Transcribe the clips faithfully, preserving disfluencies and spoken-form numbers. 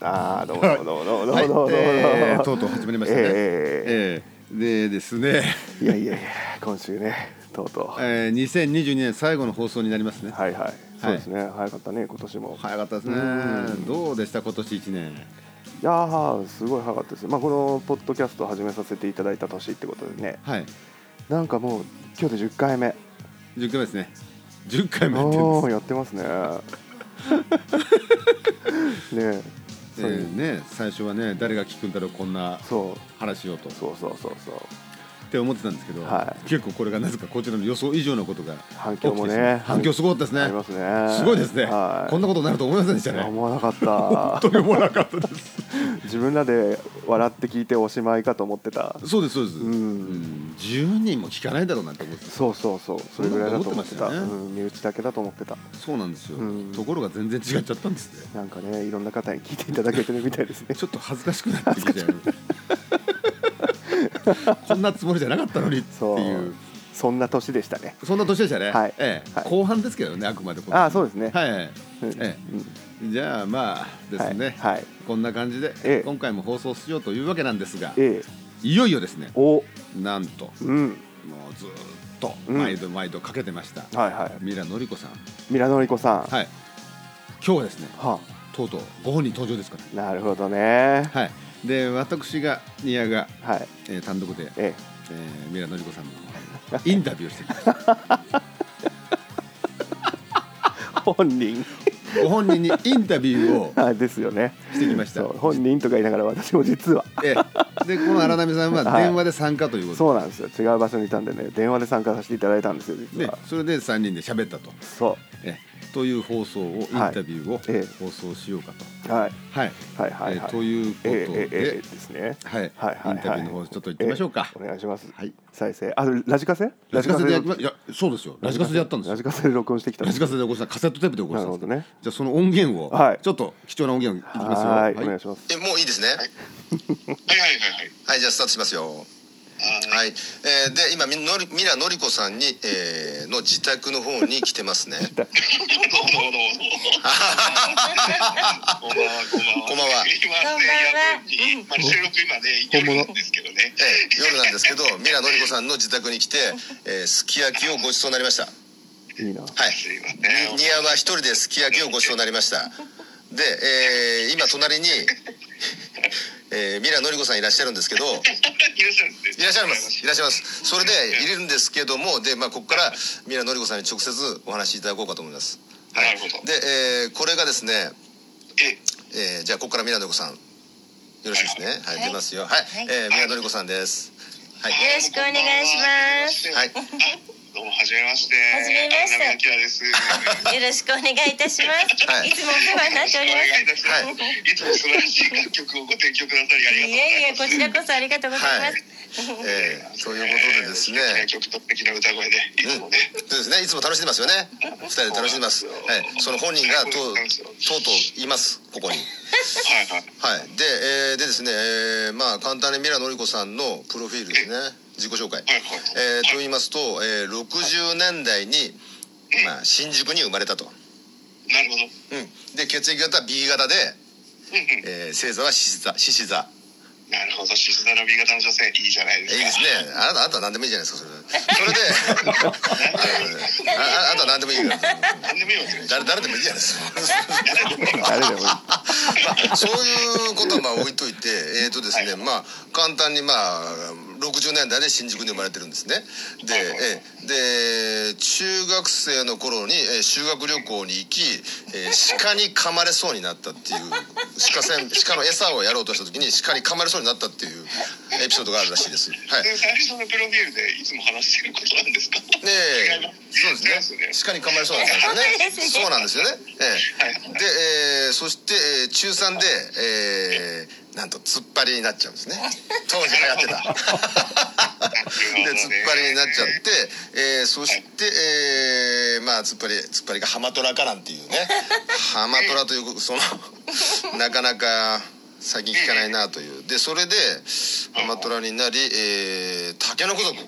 ああ、どうもどうもどうもどうもはい、 どうもどうも、 えーとうとう始まりましたね。 ええー、でですね、 いやいやいや、今週ね、とうとう、 えー、にせんにじゅうにねん最後の放送になりますね。 はいはい、そうですね、早かったね、今年も。 早かったですね。どうでした今年いちねん。 いやー、すごい早かったです。まあこのポッドキャストを始めさせていただいた年ってことでね、 はい。 なんかもう今日でじゅっかいめ。 じゅっかいめですね。じゅっかいめやってるんです。 やってますね。ねえー、ね、最初はね、誰が聞くんだろうこんな話をと。 そうそうそうそう。 って思ってたんですけど、 はい、 結構これがなぜかこちらの予想以上のことが反響もね、 反響すごかったですね。 ありますね。 すごいですね、 はい、 こんなことになると思いませんでしたね。 思わなかった。 本当に思わなかったです。 自分らで笑って聞いておしまいかと思ってた。 そうですそうです、 うん、うん、 じゅうにんも聞かないだろうなんて思ってた。 そうそうそう、それぐらいだと思ってた。 ね、 うん、身内だけだと思ってた。 そうなんですよ、 うん、 ところが全然違っちゃったんですね。 なんかね、いろんな方に聞いていただけてるみたいですね。 ちょっと恥ずかしくなってきてこんなつもりじゃなかったのにっていう、 そんな年でしたね。 そんな年でしたね。 はい、 ええ、はい、後半ですけどね、あくまで。 ああ、そうですね。 はい、ええ、うん、じゃあまあですね、はいはい、こんな感じで、ええ、今回も放送しようというわけなんですが、ええ、いよいよですね、おなんと、うん、もうずっと毎度毎度かけてました、うん、はいはい、ミラノリコさん。 ミラノリコさん、 はい、今日はですね、はあ、とうとうご本人登場ですから。 なるほどね。 はい。で、私がニアが、はい、えー、単独で、えええー、ミラノリコさんのインタビューをしてきました本人ご本人にインタビューをですよね、 してきました。 本人とか言いながら私も実は、 ええ、でこの荒波さんは電話で参加ということで、 はい、そうなんですよ。違う場所にいたんでね、電話で参加させていただいたんですよ実は。 でそれでさんにんで喋ったと、 そう、 えという放送を、インタビューを放送しようかと、はいはいはいはいはい、ということでですね、はいはい、インタビューの方ちょっと行ってみましょうか。 お願いします。はい、再生、あ、ラジカセラジカセでやいや、そうですよ、ラジカセでやったんですよ。 ラジカセで録音してきた。 ラジカセで録音した、カセットテープで録音したんですね。じゃあその音源を、ちょっと貴重な音源いきますよ。 はい、お願いします。 え、もういいですね。はいはいはいはい。はい、じゃあスタートしますよ。はい、えー、で今ミラノリコさんに、えー、の自宅の方に来てますね。どうもどうも。こんばんはこんばんは。こんばんは。まあ収録今ね夜なんですけどね。えー、夜なんですけどミラノリコさんの自宅に来て、えー、すき焼きをごちそうになりました。 いいな。 はい。ニアは一人ですき焼きをごちそうになりました。で、えー、今隣に。えー、ミラノリコさんいらっしゃるんですけどいらっしゃいますいらっしゃいます。それでいるんですけども、で、まあ、ここからミラノリコさんに直接お話しいただこうかと思います。はい、で、えー、これがですね、えー、じゃあここからミラノリコさんよろしいですね。はい、はい、出ますよ。はい、はい、えー、ミラノリコさんです。はい、 よろしくお願いします。 はい、 どうもはじめまして。 はじめまして。 キラです。よろしくお願いいたします。はい、いつもお世話になっております。 はい、いつも素晴らしい楽曲をご提供くださりありがとうございます。いやいや、こちらこそありがとうございます。はい、 えー、そういうことでですね。 えー、曲と素敵な歌声でいつもね、 うん。そうですね。いつも楽しんでますよね。二人で楽しんでます。はい。その本人がととうとういますここに。 はいはい。 はい。で、えー、でですね、えー、まあ簡単にミラノリコさんのプロフィールですね。自己紹介。はいはい、えー、と言いますと、えー、ろくじゅうねんだいに、まあ、新宿に生まれたと。 なるほど。 うん。で、血液型は ビー 型で、えー、星座は獅子座。獅子座。 なるほど、獅子座の ビー 型の女性いいじゃないですか。 いいですね。あなたあなたは何でもいいじゃないですかそれ。それでああなたは何でもいいから。 何でもいいわけです。 誰誰でもいいじゃないですか。 誰でもいい。 まあそういうことはまあ置いといて、えっとですね、まあ簡単にまあろくじゅうねんだいで新宿に生まれてるんですね。で、えで中学生の頃に修学旅行に行き、えー、鹿に噛まれそうになったっていう、鹿せん鹿の餌をやろうとした時に鹿に噛まれそうになったっていうエピソードがあるらしいです。はい。 最初のプロフィールでいつも話してることなんですか。ねえ、そうですね。鹿に噛まれそうなんですよね。そうなんですよね。えー、で、えー、そして、えー、中さんで、えー、なんと突っ張りになっちゃうんですね。当時流行ってた。で突っ張りになっちゃって、えー、そして、えー、まあ突っ張り突っ張りがハマトラかなんていうね。ハマトラというそのなかなか最近聞かないなという。でそれでハマトラになり、えー、竹の子族。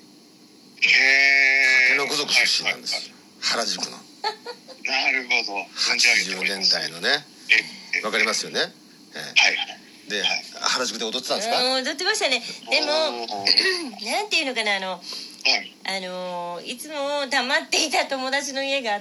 竹の子族出身なんですよ。原宿の。 なるほど。 はちじゅうねんだいのね。わかりますよね。えで原宿で踊ってたんですか？ 踊ってましたね。でもなんていうのかな、あのあのいつも黙っていた友達の家があって、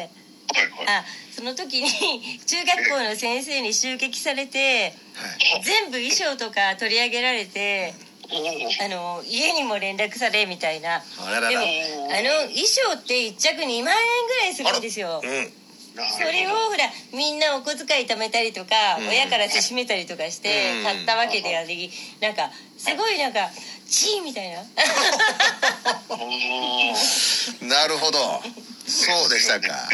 あその時に中学校の先生に襲撃されて、全部衣装とか取り上げられて、あの家にも連絡されみたいな。でもあの衣装っていっ着にまんえんぐらいするんですよ。それをほらみんなお小遣い貯めたりとか、うん、親からせしめたりとかして買ったわけであり、なんかすごいなんかチーみたいななるほど、そうでしたか。はい。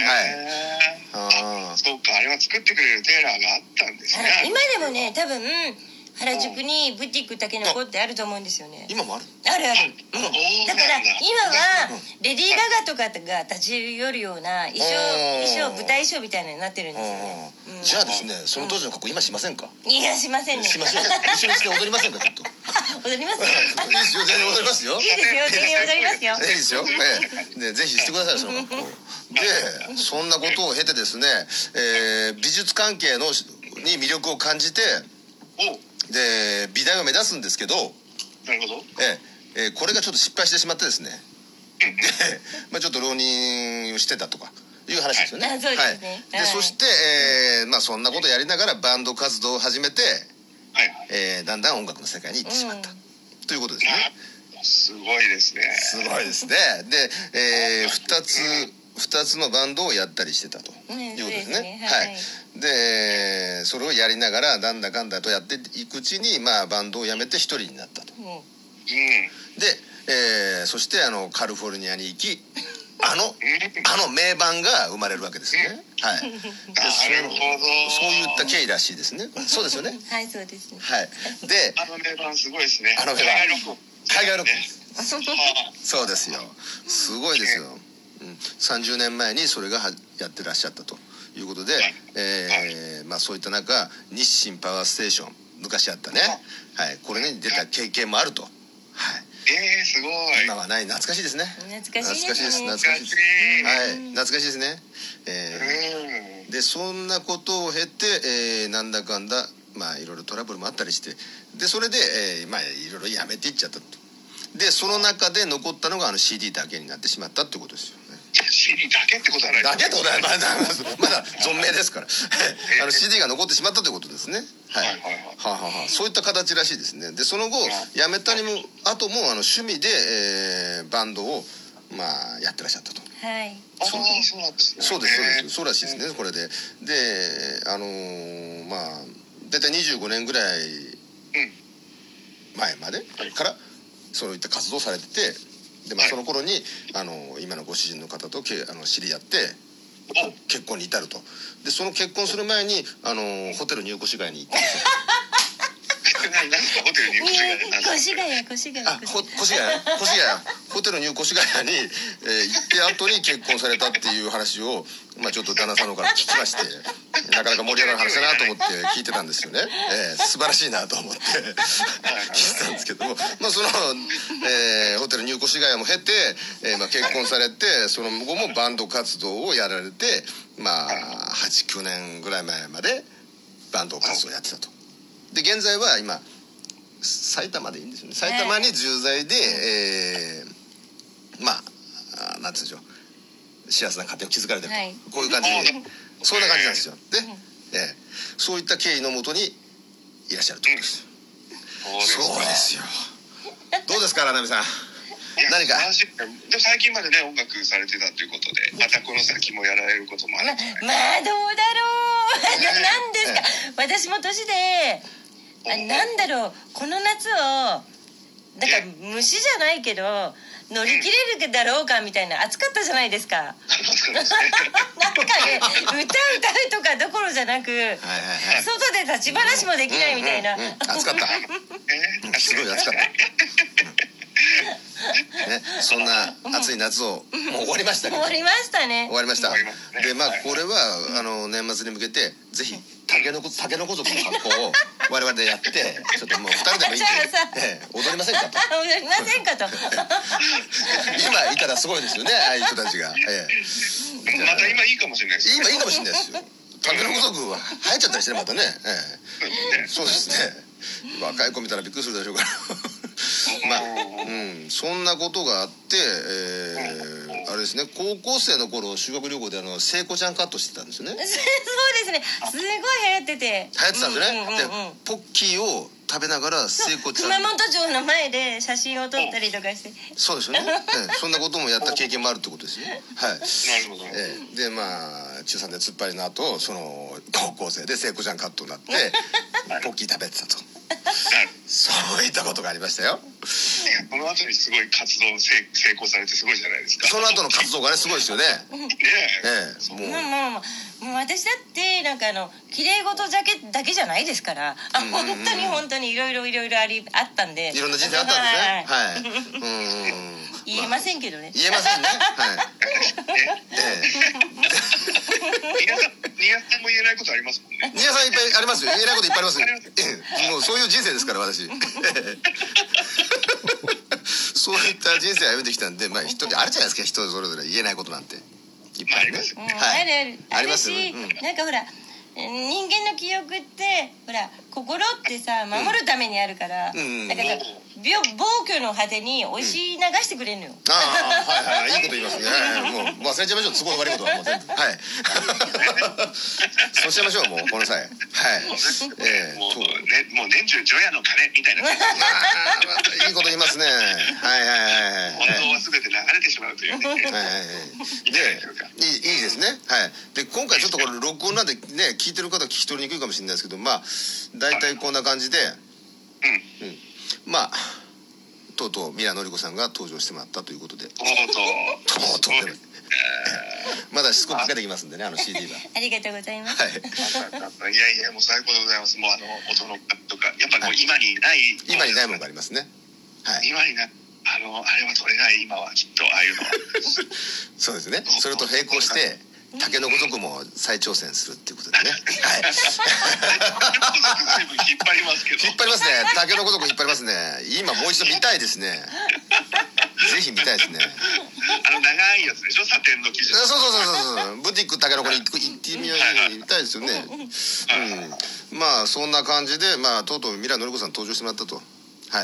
あ、そうか、あれは作ってくれるテーラーがあったんですね。 今でもね、多分原宿にブティックタケノコってあると思うんですよね。 今もある？ あるある、うん、だから今はレディー・ガガとかが立ち寄るような衣装、衣装舞台衣装みたいなのになってるんですよね、 うん、じゃあですね、その当時の格好今しませんか？ いや、しませんね。 しません。一緒にして踊りませんか？ちょっと踊りますよ。 いいですよ、全然踊りますよ。 いいですよ、全然踊りますよ。 いいですよ、ええ、でぜひしてください、その格好で。そんなことを経てですね、えー、美術関係のに魅力を感じて、で美大を目指すんですけど、 なるほど、 えええー、これがちょっと失敗してしまってですね、で、まあ、ちょっと浪人をしてたとかいう話ですよね。 はい、そうですね。 はい、でそして、えーまあ、そんなことやりながらバンド活動を始めて、はいえー、だんだん音楽の世界に行ってしまった、うん、ということですね。 すごいですね。 すごいですね。で、えー、ふたつふたつのバンドをやったりしてたということですね。はい。でそれをやりながらだんだかんだとやっていくうちに、まあ、バンドを辞めて一人になったと。うん、で、えー、そしてあのカリフォルニアに行きあのあの名盤が生まれるわけですね。はい。でそそういった経緯らしいですね。そうですよね。 はい、そうですね。 はい。であの名盤すごいですね。 あの名盤海外ロック。そうですよ。すごいですよ。うん、さんじゅうねんまえにそれがやってらっしゃったということで、えーまあ、そういった中日清パワーステーション昔あったね、はい、これに出た経験もあると。はい、 えー、すごい。 今はない、懐かしいですね。 懐かしいですね。 懐かしいです。はい、懐かしいですね。えー、でそんなことを経て、えー、なんだかんだまあいろいろトラブルもあったりして、でそれで、えー、まあいろいろやめていっちゃったと。でその中で残ったのがあの シーディー だけになってしまったってことですよね。 シーディー だけってことはない。 だけってことはまだまだ存命ですからあの シーディー が残ってしまったということですね。はい。はあ、はあはあ、そういった形らしいですね。でその後辞めたにも後もあの趣味で、えー、バンドをまあやってらっしゃったと。 はい。 そうそうなんですね。そうですそうです。そうらしいですね。これでであのー、まあ大体にじゅうごねんぐらい前までからそういった活動されてて、で、まあ、その頃にあの今のご主人の方とけあの知り合って結婚に至ると。でその結婚する前にあのホテル入越谷に行ったんですよ。 ホテル入越谷越谷越谷あほ越谷越谷ホテル入越谷に、えー、行って後に結婚されたっていう話を、まあ、ちょっと旦那さんの方から聞きまして、なかなか盛り上がる話だなと思って聞いてたんですよね。えー、素晴らしいなと思って聞いてたんですけども、まあその、えー、ホテル入越谷も経て、えーまあ、結婚されてその後もバンド活動をやられて、まあはちきゅうねんぐらい前までバンド活動をやってたと。で現在は今埼玉でいいんですよね。埼玉に駐在で、えー、まあなんていうんでしょう、幸せな家庭を築かれてると、はい、こういう感じでそんな感じなんですよ。で、えー、そういった経緯のもとにいらっしゃるということです。そうですよ。どうですか、荒波さん。何か。 でも最近までね音楽されてたということで、またこの先もやられることもある。 ま、まあどうだろう。なんですか。私も年で。あ、なんだろう、この夏をなんか虫じゃないけど乗り切れるだろうかみたいな、暑かったじゃないですか。なんかね、歌歌うとかどころじゃなく、はいはいはい、外で立ち話もできないみたいな、うんうんうん、 暑かったすごい暑かったね、そんな暑い夏をもう終わりましたね。 終わりましたね。 終わりました。で、まあこれはあの年末に向けてぜひタケノコタケノコ族の格好を我々でやってちょっともうふたりでもいいんで、ええ、踊りませんかと。 踊りませんかと。 今いたらすごいですよね、ああいう人たちが。ええ、また今いいかもしれないです。 今いいかもしれないですよ。 タケノコ族は流行っちゃったりしてねまたね、ええ、そうですね。若い子見たらびっくりするでしょうからまあ、うん、そんなことがあって、えー、あれですね、高校生の頃修学旅行であの聖子ちゃんカットしてたんですよね。そうですね、すごい流行ってて流行ってたんですよね、うんうんうん、でポッキーを食べながら聖子ちゃん、 熊本城の前で写真を撮ったりとかして、 そうですよね、ええ、そんなこともやった経験もあるってことですよね。はい、なるほど、ええ、でまあ中さんで突っ張りの後その高校生で聖子ちゃんカットになってポッキー食べてたとそういったことがありましたよ。 この後にすごい活動成功されてすごいじゃないですか。 その後の活動がねすごいですよね。ねえ、もうまあまあまあもう私だってなんかあの綺麗事だけだけじゃないですから、あ、うんうんうん、本当に本当にいろいろいろいろありあったんで、 いろんな人生あったんですね。はい。はい、うん。 言えませんけどね。 言えませんね。はい。 新谷さんも言えないことありますもんね。 新谷さんいっぱいありますよ。言えないこといっぱいありますよ。もうそういう人生ですから私。そういった人生を歩んできたんで、まあ一人あるじゃないですか、人それぞれ言えないことなんていっぱいね。 はい。あるある。ありますし、なんかほら。人間の記憶ってほら心ってさ守るためにあるから、うん、だから暴挙の果てにおいしい流してくれるのよ、うん、 ああはいはいいいこと言いますね。もう忘れちゃいましょう、都合の悪いことはもう全部はいそうしちゃいましょう、もうこの際はい、 えー、もう、ね、もう年中除夜の鐘みたいなああいいこと言いますね。はいはいはいはい本当は全て流れてしまうというねはいはいはいでいい, いいですね。はいで今回ちょっとこれ録音なんでね聞いてる方聞き取りにくいかもしれないですけど、まあ大体こんな感じで、うんうん、まあとうとうミラノリコさんが登場してもらったということで、とうとうとうとうでまだしつこくかけてきますんでね、あの シーディー はありがとうございます、 はい、いやいやもう最高でございます。もうあの音のとかやっぱりもう今にない、はい、 今にないものがありますね。 はい、今にないあのあれは取れない今はきっとああいうのはそうですね。それと並行してタケノコ族も再挑戦するっていうことでね。はい。 引っ張りますけど。 引っ張りますね。タケノコ族引っ張りますね。今もう一度見たいですね。ぜひ見たいですね。 あの長いやつでしょ、サテンの生地。 そうそうそうそう。ブティックタケノコに行ってみよう見たいですよね。うん。まあそんな感じでまあとうとうミラノリコさん登場してもらったと。はい。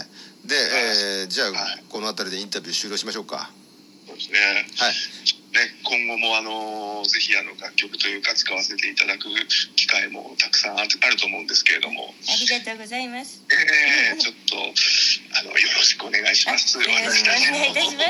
で、えー、じゃあ、はい、この辺りでインタビュー終了しましょうか。 そうですね。はい。ね、今後もあのぜひあの楽曲というか使わせていただく機会もたくさんあると思うんですけれども。 ありがとうございます。 えー、ちょっとあのよろしくお願いします。 よろしくお願いいたします。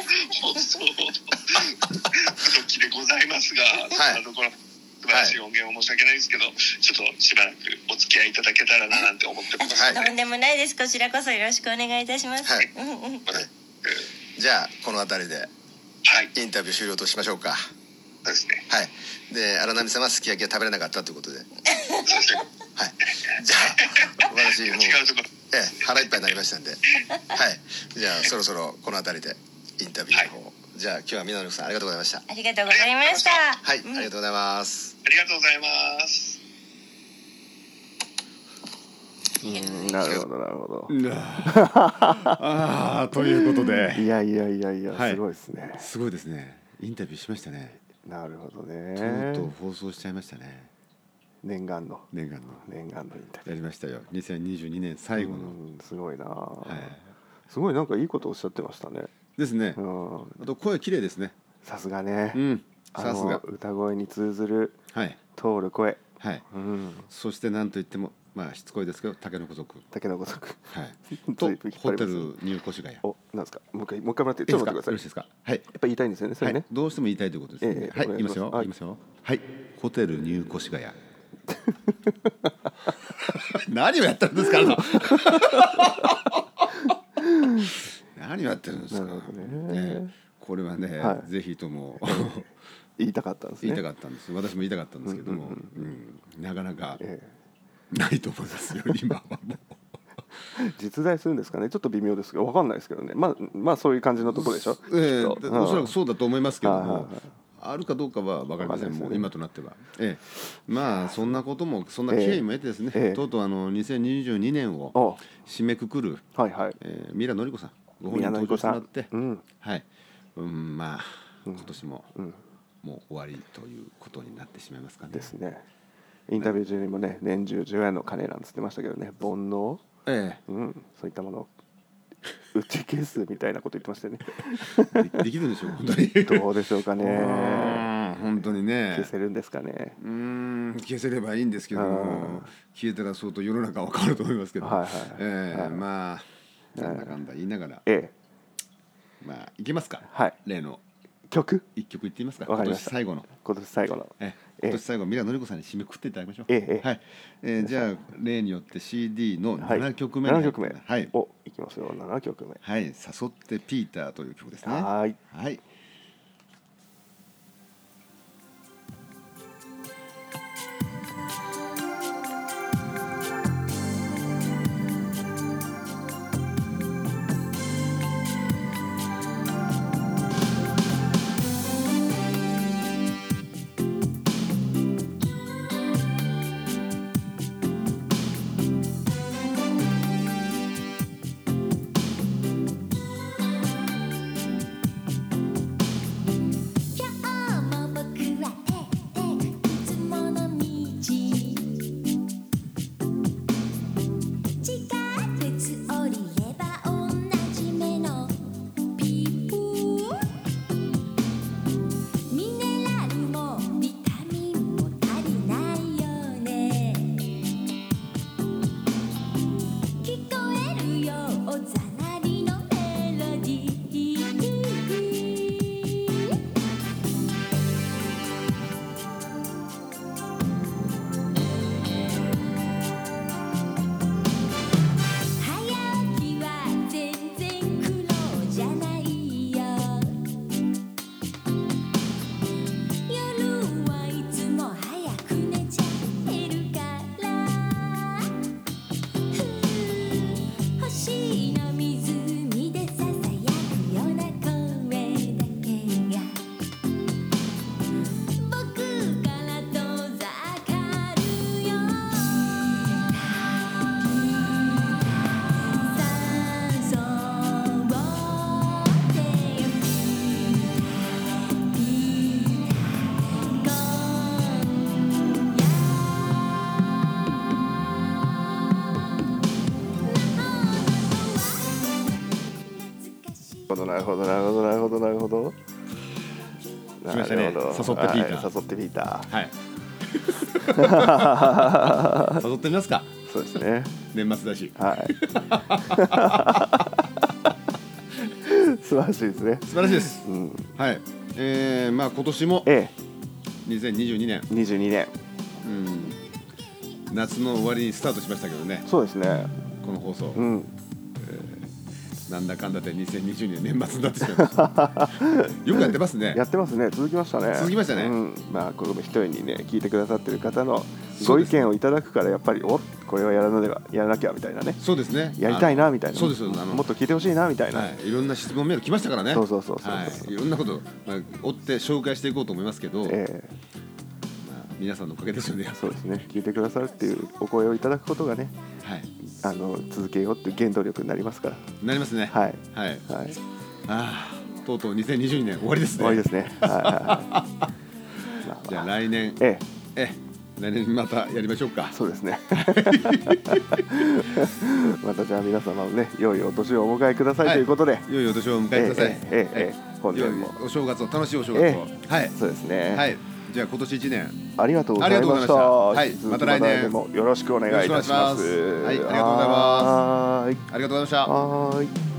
そう。不時でございますが、はい、そんなところ。素晴らしい音源を申し訳ないですけど、はい、ちょっとしばらくお付き合いいただけたらななんて思ってます。 はい、とんでもないです。こちらこそよろしくお願いいたします。はい。 じゃあこの辺りでインタビュー終了としましょうか。 そうですね。 はい。で荒波さんはすき焼きは食べれなかったということで。そうですね。はい。じゃあ私もう違うところ、ええ、腹いっぱいになりましたんで、はい。じゃあそろそろこの辺りでインタビューの方。はい、じゃあ今日はミラノリコさんありがとうございました。 ありがとうございました。 はい、うん、ありがとうございます。 ありがとうございます。 うん、なるほどなるほど。 ああということで。 いやいやいやいや、はい、すごいですね。 すごいですね。インタビューしましたね。 なるほどね。 とうとう放送しちゃいましたね。 念願の念願の念願のインタビューやりましたよ。にせんにじゅうにねん最後の。 すごいな、 はい。 すごいなんかいいことをおっしゃってましたね。 ですね。うん、あと声綺麗ですね。 さすがね。 うん。さすが。 歌声に通ずる、はい、通る声。 はい。うん、そして何と言ってもまあしつこいですけどタケノコ族。 タケノコ族。 はい。とホテルニュー越谷。 お、なんですか。もう一回もう一回もらってちょっと待ってください。 よろしいですか。はい。 やっぱり言いたいんですよね。それね。 どうしても言いたいということですね。はい。言いますよ。言いますよ。はい。ホテルニュー越谷。何をやってるんですか。何をやってるんですか。ね、これはね、はい、ぜひとも言いたかったんですね。 言いたかったんです。私も言いたかったんですけども、うんうん、なかなかないと思いますよ。今はもう実在するんですかね。ちょっと微妙ですけど、わかんないですけどね。まあまあそういう感じのところでしょ。 ええー、おそらくそうだと思いますけども。あるかどうかは分かりません、もう今となっては、ええ、まあそんなこともそんな経緯も得てですね、ええ、とうとうあのにせんにじゅうにねんを締めくくる、はいはい、えー、ミラノリコさんご本人登場してもらって、うん、はい、うん、まあ今年も、うん、もう終わりということになってしまいますかね。 ですね。 インタビュー中にもね、年中除夜の鐘なんつってましたけどね、煩悩、 ええ、 うん、そういったものを打ち消すみたいなこと言ってましたよねで, できるんでしょう本当にどうでしょうかね本当にね消せるんですかね。 うーん消せればいいんですけども、消えたら相当世の中は変わると思いますけど、はいはい、えーはい、まあなんだかんだ言いながら、ええ、まあいきますか、はい、例の曲一曲言ってみますか。 わかりました。 今年最後の今年最後のえ今年最後、ミラノリコさんに締めくくっていただきましょう。 ええ、 はい、えー、じゃあ例によって シーディー のななきょくめに入って、 はい、ななきょくめ、はい、おいきますよ。ななきょくめ、 はい、誘ってピーターという曲ですね。 はい、 はい。 なるほどなるほどなるほどなるほど来ましたね。誘ってピーター、 はい、誘ってピーター、はい誘ってみますか。 そうですね、 年末だし、 はい素晴らしいですね。 素晴らしいです、うん、はい、えー、まあ今年もにせんにじゅうにねんにじゅうにねん、 うん、夏の終わりにスタートしましたけどね。 そうですね、 この放送、 うん、 なんだかんだでにせんにじゅうにねん年末になってしまいましたよくやってますね。 やってますね。続きましたね。 続きましたね、 うん、まあこれも一人にね聞いてくださってる方のご意見をいただくからやっぱりおこれはやらなきゃやらなきゃみたいなね。 そうですね。 やりたいなみたいな。 そうです。あのもっと聞いてほしいなみたいな、 はい、いろんな質問メール来ましたからね。 そうそうそうそう、 はい、いろんなこと、まあ、追って紹介していこうと思いますけど、えーまあ、皆さんのおかげですよね。 そうですね。聞いてくださるっていうお声をいただくことがね、はい、あの続けようっていう原動力になりますから。 なりますね。 はいはい、はい、ああとうとうにせんにじゅうにねん終わりですね。 終わりですね。はいはいはい、 じゃあ来年、 えええ来年またやりましょうか。 そうですねまたじゃあ皆様もね良いお年をお迎えください、はい、ということで、 良いお年をお迎えください。ええええええ、 本年もお正月を楽しいお正月を、ええ、はい、そうですね。 はい、じゃあ今年いちねんありがとうございました。 はい、また来年もよろしくお願いいたします。 はい、ありがとうございます。ありがとうございました。 はい。